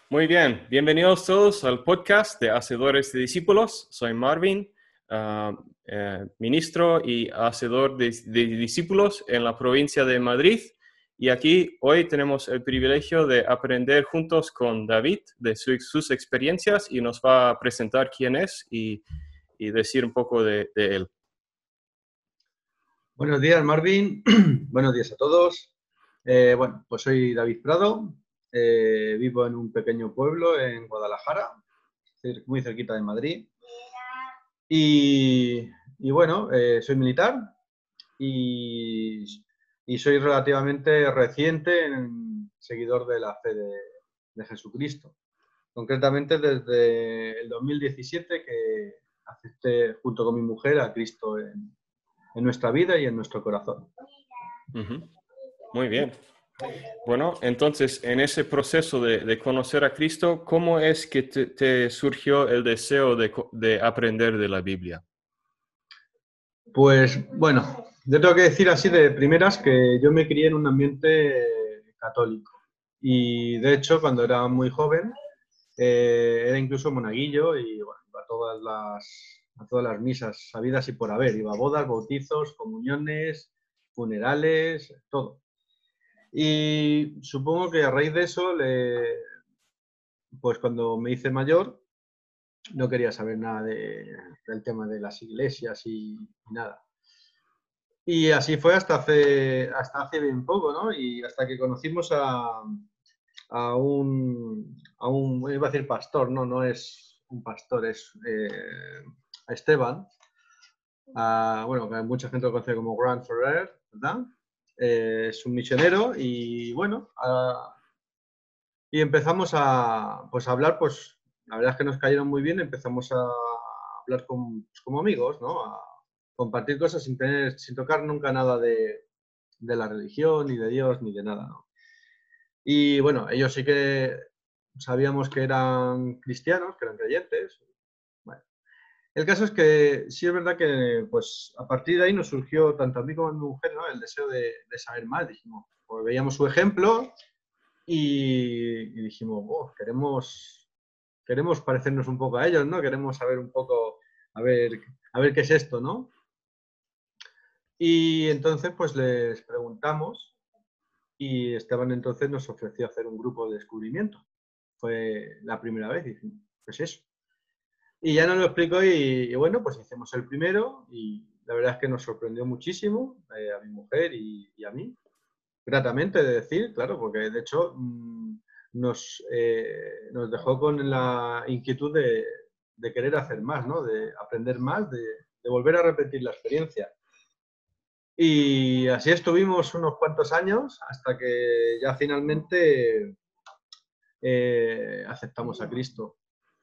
Muy bien, bienvenidos todos al podcast de Hacedores de Discípulos. Soy Marvin, ministro y hacedor de discípulos en la provincia de Madrid. Y aquí hoy tenemos el privilegio de aprender juntos con David de sus experiencias y nos va a presentar quién es y decir un poco de él. Buenos días, Marvin. Buenos días a todos. Bueno, pues soy David Prado. Vivo en un pequeño pueblo en Guadalajara, muy cerquita de Madrid. Y bueno, soy militar y, y soy relativamente reciente seguidor de la fe de Jesucristo. Concretamente desde el 2017 que acepté junto con mi mujer a Cristo en nuestra vida y en nuestro corazón. Muy bien. Bueno, entonces, en ese proceso de conocer a Cristo, ¿cómo es que te surgió el deseo de aprender de la Biblia? Pues bueno, yo tengo que decir así de primeras que yo me crié en un ambiente católico. Y de hecho, cuando era muy joven, era incluso monaguillo y bueno, iba a todas las misas sabidas y por haber. Iba a bodas, bautizos, comuniones, funerales, todo. Y supongo que a raíz de eso, pues cuando me hice mayor, no quería saber nada del tema de las iglesias y nada. Y así fue hasta hace bien poco, ¿no? Y hasta que conocimos iba a decir pastor, no, no es un pastor, es a Esteban. Bueno, que mucha gente lo conoce como Grant Ferrer, ¿verdad? Es un misionero y bueno, y empezamos pues, a hablar, pues la verdad es que nos cayeron muy bien, empezamos a hablar como amigos, ¿no? A compartir cosas sin tocar nunca nada de la religión, ni de Dios, ni de nada, ¿no? Y bueno, ellos sí que sabíamos que eran cristianos, que eran creyentes. Bueno, el caso es que sí es verdad que pues a partir de ahí nos surgió tanto a mí como a mi mujer, ¿no? El deseo de saber más. Dijimos, pues veíamos su ejemplo y dijimos, oh, queremos parecernos un poco a ellos, ¿no? Queremos saber un poco, a ver qué es esto, ¿no? Y entonces pues les preguntamos y Esteban entonces nos ofreció hacer un grupo de descubrimiento. Fue la primera vez y dijimos, pues eso. Y ya nos lo explicó y bueno, pues hicimos el primero y la verdad es que nos sorprendió muchísimo a mi mujer y a mí. Gratamente de decir, claro, porque de hecho nos dejó con la inquietud de querer hacer más, ¿no? De aprender más, de volver a repetir la experiencia. Y así estuvimos unos cuantos años hasta que ya finalmente aceptamos a Cristo.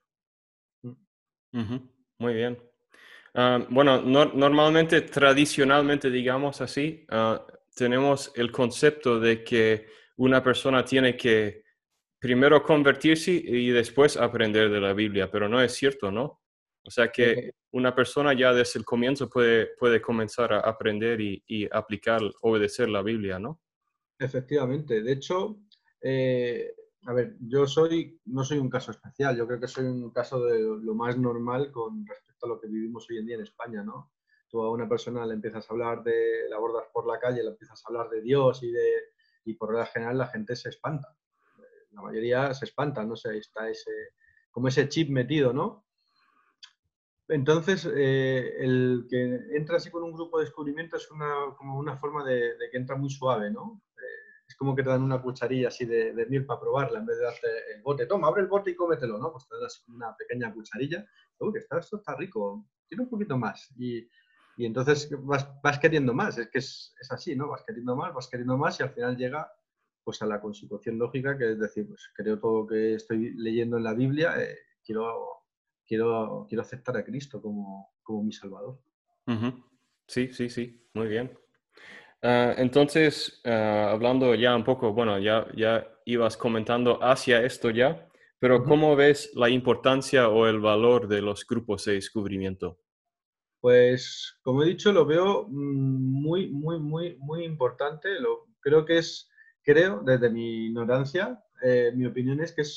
Muy bien. Bueno, normalmente, tradicionalmente, digamos así, tenemos el concepto de que una persona tiene que primero convertirse y después aprender de la Biblia, pero no es cierto, ¿no? O sea que una persona ya desde el comienzo puede comenzar a aprender y aplicar, obedecer la Biblia, ¿no? Efectivamente. De hecho, a ver, no soy un caso especial, yo creo que soy un caso de lo más normal con respecto a lo que vivimos hoy en día en España, ¿no? Tú a una persona le empiezas a hablar la abordas por la calle, le empiezas a hablar de Dios y por regla general la gente se espanta. La mayoría se espanta, no sé, está como ese chip metido, ¿no? Entonces, el que entra así con un grupo de descubrimiento es como una forma de que entra muy suave, ¿no? Es como que te dan una cucharilla así de miel para probarla, en vez de darte el bote. Toma, abre el bote y cómetelo, ¿no? Pues te dan así una pequeña cucharilla. Uy, esto está rico, tiene un poquito más. Y entonces vas queriendo más, es que es así, ¿no? Vas queriendo más y al final llega pues a la consecución lógica, que es decir, pues creo todo lo que estoy leyendo en la Biblia, quiero aceptar a Cristo como mi Salvador. Sí, sí, sí, muy bien. Entonces, hablando ya un poco, bueno, ya ibas comentando hacia esto ya, pero ¿cómo ves la importancia o el valor de los grupos de descubrimiento? Pues, como he dicho, lo veo muy, muy, muy, muy importante. Creo desde mi ignorancia, mi opinión es que es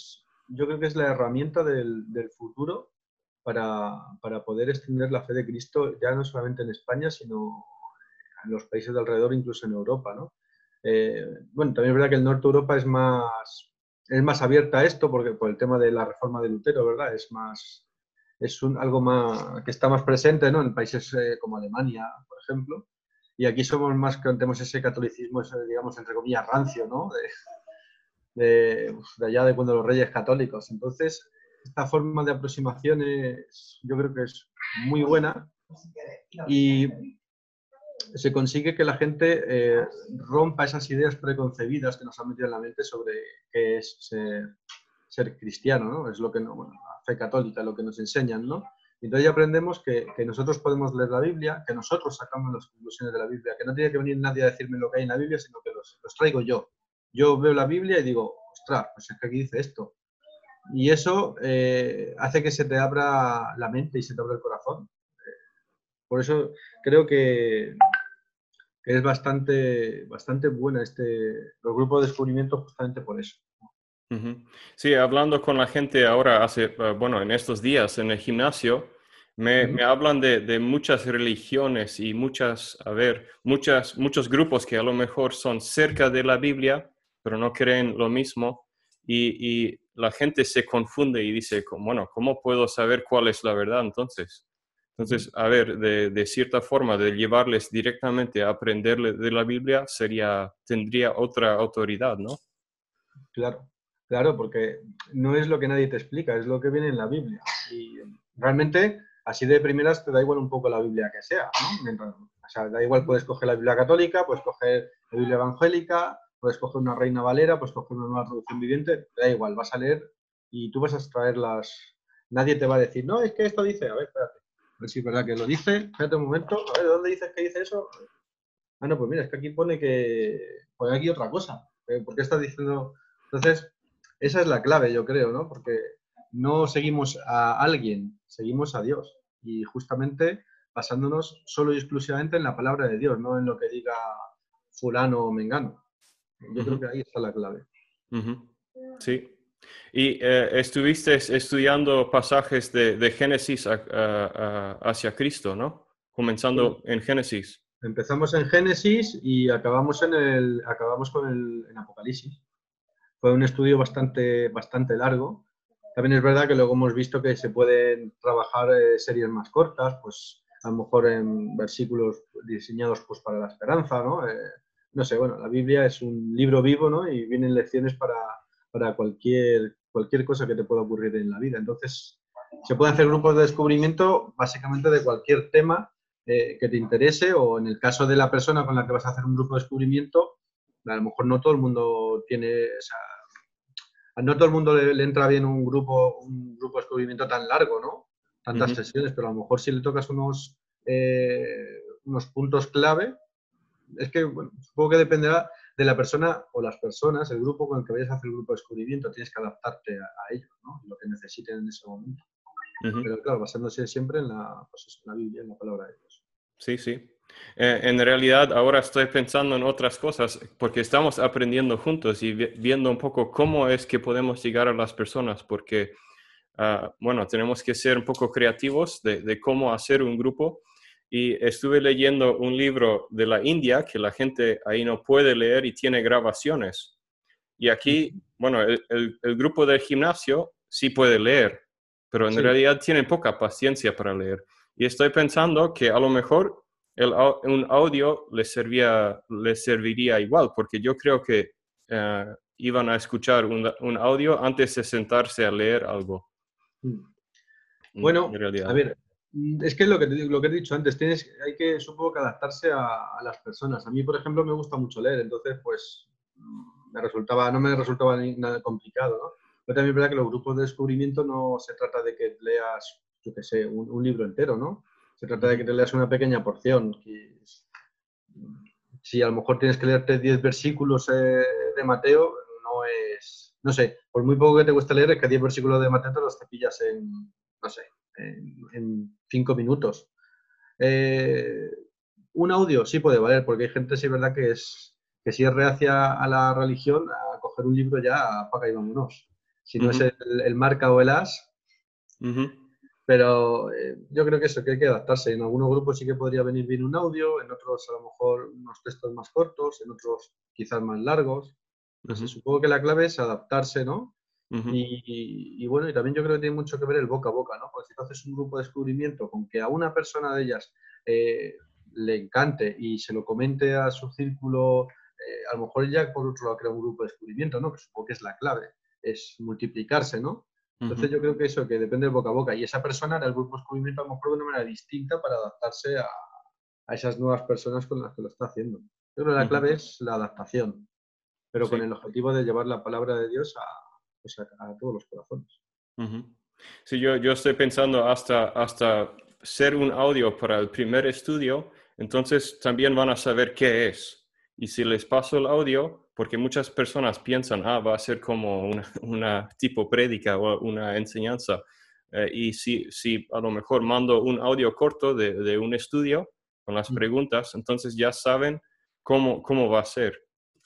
yo creo que es la herramienta del futuro para poder extender la fe de Cristo ya no solamente en España, sino en los países de alrededor, incluso en Europa, ¿no? Bueno, también es verdad que el norte de Europa es más abierta a esto porque por el tema de la reforma de Lutero, ¿verdad? Algo más que está más presente, ¿no? En países como Alemania, por ejemplo. Y aquí somos más que tenemos ese catolicismo, ese, digamos, entre comillas, rancio, ¿no? De allá de cuando los reyes católicos. Entonces, esta forma de aproximación yo creo que es muy buena y se consigue que la gente rompa esas ideas preconcebidas que nos han metido en la mente sobre qué es ser cristiano, ¿no? Es lo que bueno, la fe católica, lo que nos enseñan, ¿no? Y entonces ya aprendemos que nosotros podemos leer la Biblia, que nosotros sacamos las conclusiones de la Biblia, que no tiene que venir nadie a decirme lo que hay en la Biblia, sino que los traigo yo. Yo veo la Biblia y digo, ostras, pues es que aquí dice esto. Y eso hace que se te abra la mente y se te abra el corazón. Por eso creo que es bastante buena los grupos de descubrimiento justamente por eso. Ujú. Sí, hablando con la gente ahora, bueno, en estos días en el gimnasio, me hablan de muchas religiones y muchos grupos que a lo mejor son cerca de la Biblia, pero no creen lo mismo. Y la gente se confunde y dice, bueno, ¿cómo puedo saber cuál es la verdad entonces? Entonces, a ver, de cierta forma, de llevarles directamente a aprender de la Biblia tendría otra autoridad, ¿no? Claro, claro, porque no es lo que nadie te explica, es lo que viene en la Biblia. Y realmente, así de primeras, te da igual un poco la Biblia que sea, ¿no? O sea, da igual, puedes coger la Biblia católica, puedes coger la Biblia evangélica, puedes coger una Reina Valera, puedes coger una nueva traducción viviente, da igual, vas a leer y tú vas a extraer Nadie te va a decir, no, es que esto dice, a ver, espérate, a ver si es verdad que lo dice, espérate un momento, a ver, ¿dónde dices que dice eso? Ah, no, pues mira, es que aquí pone aquí otra cosa. ¿Por qué estás diciendo? Entonces, esa es la clave, yo creo, ¿no? Porque no seguimos a alguien, seguimos a Dios. Y justamente basándonos solo y exclusivamente en la palabra de Dios, no en lo que diga fulano o mengano. Yo creo Ujú, que ahí está la clave. ujú. Sí. ¿Y estuviste estudiando pasajes de Génesis hacia Cristo, ¿no? Bueno, Comenzando en Génesis. empezamos en Génesis y acabamos en Apocalipsis. Fue un estudio bastante largo. También es verdad que luego hemos visto que se pueden trabajar series más cortas, pues a lo mejor en versículos diseñados pues para la esperanza, ¿no? No sé, bueno, la Biblia es un libro vivo, ¿no? Y vienen lecciones para cualquier cosa que te pueda ocurrir en la vida. Entonces, se pueden hacer grupos de descubrimiento básicamente de cualquier tema que te interese o en el caso de la persona con la que vas a hacer un grupo de descubrimiento, a lo mejor no todo el mundo tiene, o sea, a no todo el mundo le entra bien un grupo de descubrimiento tan largo, ¿no? Tantas Ujú, sesiones, pero a lo mejor si le tocas unos puntos clave, es que, bueno, supongo que dependerá de la persona o las personas, el grupo con el que vayas a hacer el grupo de descubrimiento, tienes que adaptarte a ellos, ¿no? Lo que necesiten en ese momento. ujú. Pero claro, basándose siempre en la Biblia, en la palabra de Dios. Sí, sí. En realidad ahora estoy pensando en otras cosas porque estamos aprendiendo juntos y viendo un poco cómo es que podemos llegar a las personas porque, bueno, tenemos que ser un poco creativos de cómo hacer un grupo. Y estuve leyendo un libro de la India que la gente ahí no puede leer y tiene grabaciones. Y aquí, bueno, el grupo del gimnasio sí puede leer, pero en Sí, realidad tienen poca paciencia para leer. Y estoy pensando que a lo mejor un audio les serviría igual, porque yo creo que iban a escuchar un audio antes de sentarse a leer algo, mm. en Bueno, a realidad. ver, es que lo que he dicho antes, supongo que adaptarse a las personas. A mí, por ejemplo, me gusta mucho leer, entonces, pues, no me resultaba nada complicado, ¿no? Pero también es verdad que los grupos de descubrimiento no se trata de que leas, yo qué sé, un libro entero, ¿no? Se trata de Ujú, que te leas una pequeña porción. Si a lo mejor tienes que leerte 10 versículos de Mateo, no sé, por muy poco que te cueste leer, es que 10 versículos de Mateo te los cepillas no sé, en 5 minutos. Eh, un audio sí puede valer, porque hay gente, sí es verdad, que si es reacia a la religión, a coger un libro ya, apaga y vámonos. si no es el marca o el as. Pero yo creo que eso, que hay que adaptarse. En algunos grupos sí que podría venir bien un audio, en otros a lo mejor unos textos más cortos, en otros quizás más largos. No sé, supongo que la clave es adaptarse, ¿no? Y bueno, y también yo creo que tiene mucho que ver el boca a boca, ¿no? Porque si tú haces un grupo de descubrimiento con que a una persona de ellas le encante y se lo comente a su círculo, a lo mejor ya por otro lado crea un grupo de descubrimiento, ¿no? Que supongo que es la clave, es multiplicarse, ¿no? Entonces yo creo que eso, que depende del boca a boca. Y esa persona hará el grupo de descubrimiento a lo mejor de una manera distinta para adaptarse a esas nuevas personas con las que lo está haciendo. Yo creo que la clave es la adaptación, pero con Sí. el objetivo de llevar la palabra de Dios pues a todos los corazones. Sí, yo estoy pensando hasta ser un audio para el primer estudio, entonces también van a saber qué es. Y si les paso el audio, porque muchas personas piensan, va a ser como una tipo prédica o una enseñanza. Y si a lo mejor mando un audio corto de un estudio con las preguntas, entonces ya saben cómo va a ser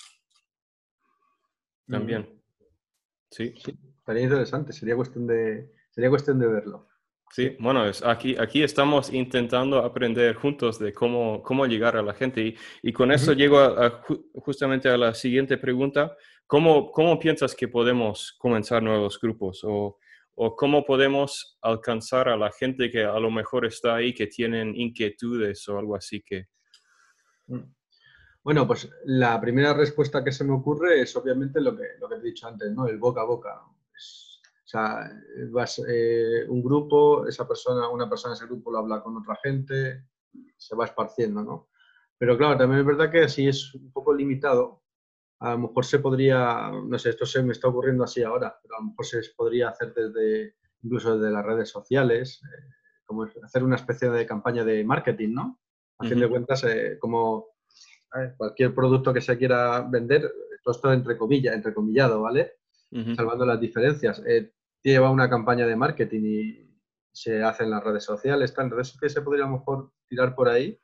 también. Sí. Sí, estaría interesante, sería cuestión de verlo. Sí, bueno, aquí estamos intentando aprender juntos de cómo llegar a la gente y con eso llego justamente a la siguiente pregunta. ¿Cómo piensas que podemos comenzar nuevos grupos o cómo podemos alcanzar a la gente que a lo mejor está ahí, que tienen inquietudes o algo así que... Bueno, pues la primera respuesta que se me ocurre es obviamente lo que te he dicho antes, ¿no? El boca a boca. O sea, un grupo, una persona de ese grupo lo habla con otra gente, se va esparciendo, ¿no? Pero claro, también es verdad que así es un poco limitado. A lo mejor se podría, no sé, esto se me está ocurriendo así ahora, pero a lo mejor se podría hacer incluso desde las redes sociales, como hacer una especie de campaña de marketing, ¿no? A fin de cuentas, como cualquier producto que se quiera vender, todo esto entrecomillado, ¿vale? Salvando las diferencias. Lleva una campaña de marketing y se hace en las redes sociales, tal. Entonces, que se podría a lo mejor tirar por ahí,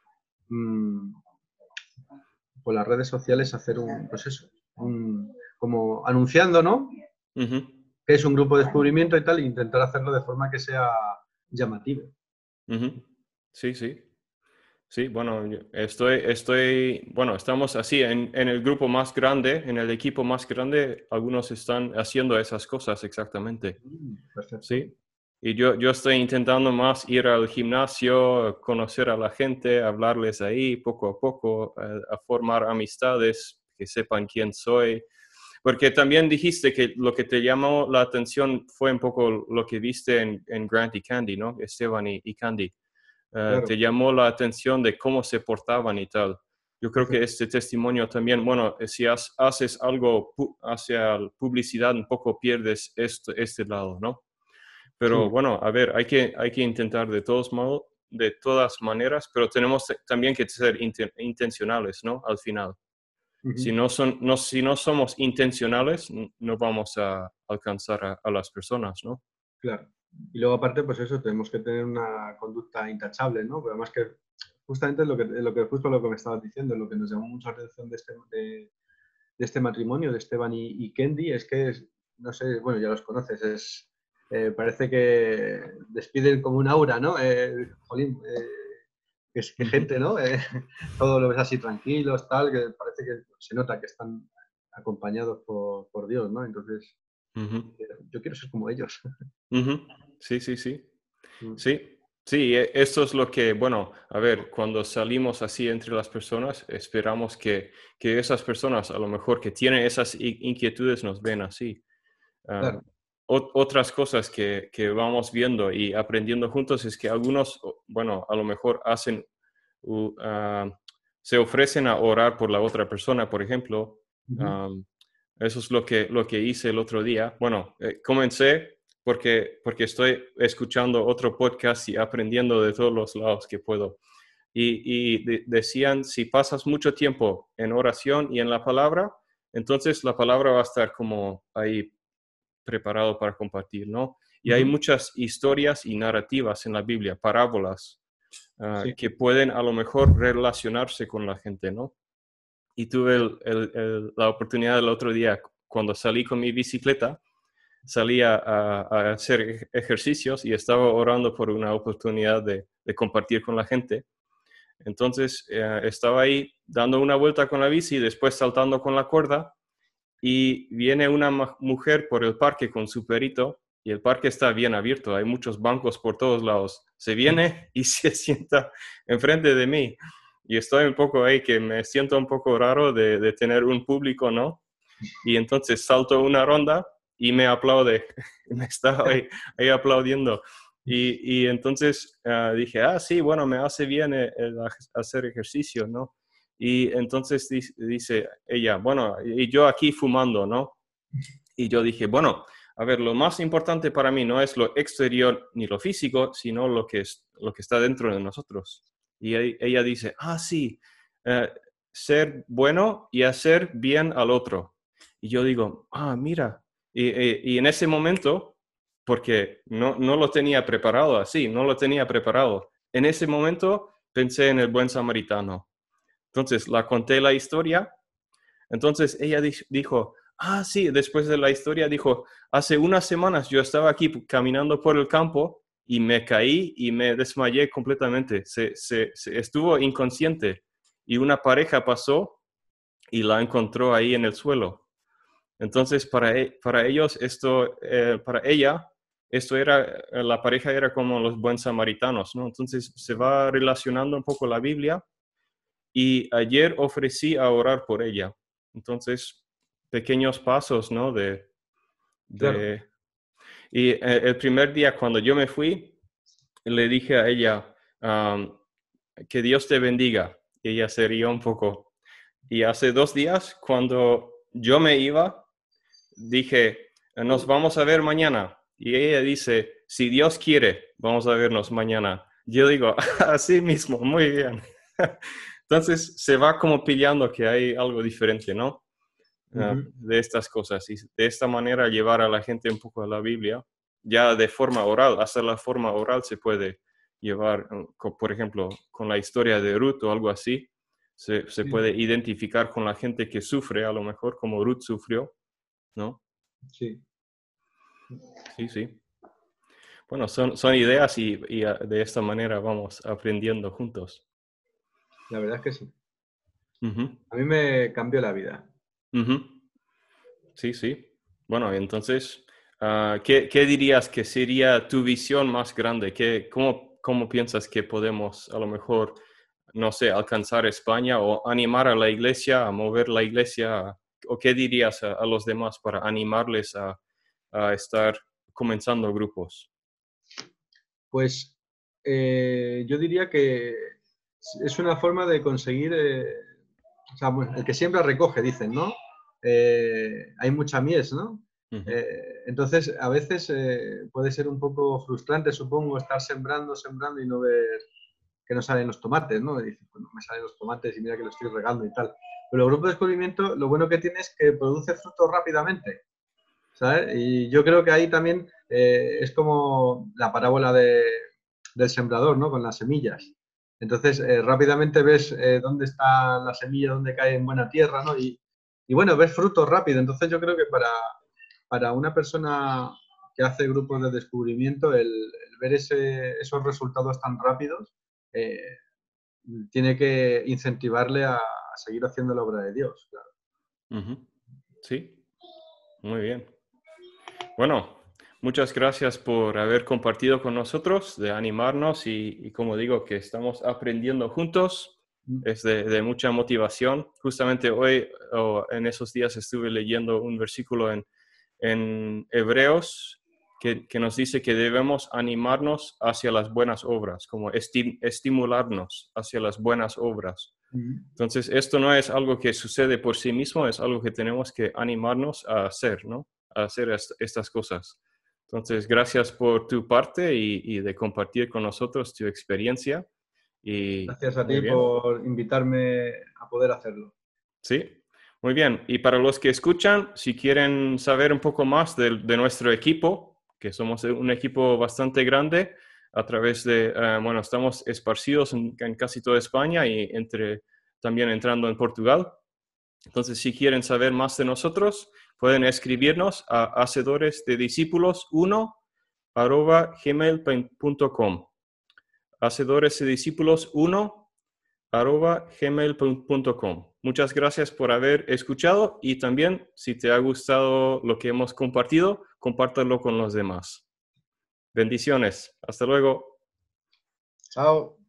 por las redes sociales, hacer pues eso, como anunciando, ¿no? Que es un grupo de descubrimiento y tal, e intentar hacerlo de forma que sea llamativo. Sí, sí. Sí, bueno, bueno, estamos así en el grupo más grande, en el equipo más grande, algunos están haciendo esas cosas exactamente. Perfecto. Sí. Y yo estoy intentando más ir al gimnasio, conocer a la gente, hablarles ahí poco a poco, a formar amistades, que sepan quién soy. Porque también dijiste que lo que te llamó la atención fue un poco lo que viste en Grant y Candy, ¿no? Esteban y Candy. Claro. Te llamó la atención de cómo se portaban y tal. Yo creo que este testimonio también, bueno, si haces algo hacia publicidad, un poco pierdes este lado, ¿no? Pero Sí. bueno, a ver, hay que intentar de todas maneras, pero tenemos también que ser intencionales, ¿no? Al final. Si no somos intencionales, no vamos a alcanzar a las personas, ¿no? Claro. Y luego, aparte, pues eso, tenemos que tener una conducta intachable, ¿no? Pero además que justamente justo lo que me estabas diciendo, lo que nos llamó mucha atención de este matrimonio, de Esteban y Kendi, es que, no sé, bueno, ya los conoces, parece que despiden como un aura, ¿no? Jolín, que gente, ¿no? Todo lo ves así tranquilos, tal, que parece que se nota que están acompañados por Dios, ¿no? Entonces, yo quiero ser como ellos. Sí, sí, sí. Sí, sí, esto es lo que, bueno, a ver, cuando salimos así entre las personas, esperamos que esas personas, a lo mejor que tienen esas inquietudes, nos ven así. Claro. Otras cosas que vamos viendo y aprendiendo juntos es que algunos, bueno, a lo mejor se ofrecen a orar por la otra persona, por ejemplo. Eso es lo que hice el otro día. Bueno, comencé porque estoy escuchando otro podcast y aprendiendo de todos los lados que puedo. Y decían, si pasas mucho tiempo en oración y en la palabra, entonces la palabra va a estar como ahí preparado para compartir, ¿no? Y hay muchas historias y narrativas en la Biblia, parábolas, Sí. que pueden a lo mejor relacionarse con la gente, ¿no? Y tuve la oportunidad el otro día, cuando salí con mi bicicleta, salía a hacer ejercicios y estaba orando por una oportunidad de compartir con la gente. Entonces estaba ahí dando una vuelta con la bici, después saltando con la cuerda y viene una mujer por el parque con su perrito y el parque está bien abierto, hay muchos bancos por todos lados. Se viene y se sienta enfrente de mí y estoy un poco ahí que me siento un poco raro de tener un público, ¿no? Y entonces salto una ronda y me aplaude, me está ahí aplaudiendo. Y entonces dije, sí, bueno, me hace bien hacer ejercicio, ¿no? Y entonces dice ella, bueno, y yo aquí fumando, ¿no? Y yo dije, bueno, a ver, lo más importante para mí no es lo exterior ni lo físico, sino lo que está dentro de nosotros. Y ella dice, sí, eh, ser bueno y hacer bien al otro. Y yo digo, mira. Y en ese momento, porque no lo tenía preparado así, no lo tenía preparado. En ese momento pensé en el buen samaritano. Entonces, la conté la historia. Entonces, ella dijo, sí, después de la historia dijo, hace unas semanas yo estaba aquí caminando por el campo y me caí y me desmayé completamente. Estuvo inconsciente y una pareja pasó y la encontró ahí en el suelo. Entonces, para ellos, para ella, la pareja era como los buenos samaritanos, ¿no? Entonces, se va relacionando un poco la Biblia y ayer ofrecí a orar por ella. Entonces, pequeños pasos, ¿no? Claro. Y el primer día cuando yo me fui, le dije a ella, que Dios te bendiga. Y ella se rió un poco. Y hace 2 días, cuando yo me iba, dije, nos vamos a ver mañana. Y ella dice, si Dios quiere, vamos a vernos mañana. Yo digo, así mismo, muy bien. Entonces se va como pillando que hay algo diferente, ¿no? De estas cosas. Y de esta manera llevar a la gente un poco a la Biblia, ya de forma oral, hasta la forma oral se puede llevar, por ejemplo, con la historia de Ruth o algo así, se Sí, puede identificar con la gente que sufre, a lo mejor como Ruth sufrió, ¿no? sí, Sí, sí. Bueno, son ideas y de esta manera vamos aprendiendo juntos. la verdad es que sí. Ujú, A mí me cambió la vida. ujú. Sí, sí. Bueno, entonces, ¿qué dirías que sería tu visión más grande? ¿Cómo piensas que podemos a lo mejor, no sé, alcanzar España o animar a la iglesia, a mover la iglesia? ¿O qué dirías a los demás para animarles a estar comenzando grupos? Pues yo diría que es una forma de conseguir, o sea, bueno, el que siembra recoge, dicen, ¿no? Hay mucha mies, ¿no? Ujú, Entonces, a veces puede ser un poco frustrante, supongo, estar sembrando, sembrando y no ver que no salen los tomates, ¿no? Y dices, bueno, me salen los tomates y mira que los estoy regando y tal. Pero el grupo de descubrimiento, lo bueno que tiene es que produce frutos rápidamente. ¿Sabes? Y yo creo que ahí también es como la parábola del sembrador, ¿no? Con las semillas. Entonces, rápidamente ves dónde está la semilla, dónde cae en buena tierra, ¿no? Y bueno, ves frutos rápido. Entonces, yo creo que para una persona que hace grupos de descubrimiento, el ver esos resultados tan rápidos eh, tiene que incentivarle a seguir haciendo la obra de Dios. Claro. ujú. Sí, muy bien. Bueno, muchas gracias por haber compartido con nosotros, de animarnos y como digo, que estamos aprendiendo juntos. Es de mucha motivación. Justamente hoy o en esos días estuve leyendo un versículo en Hebreos que nos dice que debemos animarnos hacia las buenas obras, como estimularnos hacia las buenas obras. Entonces, esto no es algo que sucede por sí mismo, es algo que tenemos que animarnos a hacer, ¿no? A hacer estas cosas. Entonces, gracias por tu parte y de compartir con nosotros tu experiencia. Y Gracias a muy ti bien, por invitarme a poder hacerlo. sí, muy bien. Y para los que escuchan, si quieren saber un poco más de nuestro equipo, que somos un equipo bastante grande, a través bueno, estamos esparcidos en casi toda España y también entrando en Portugal. Entonces, si quieren saber más de nosotros, pueden escribirnos a hacedoresdediscípulos1@gmail.com. hacedoresdediscípulos1@gmail.com. Muchas gracias por haber escuchado y también, si te ha gustado lo que hemos compartido, compártelo con los demás. Bendiciones. Hasta luego. Chao.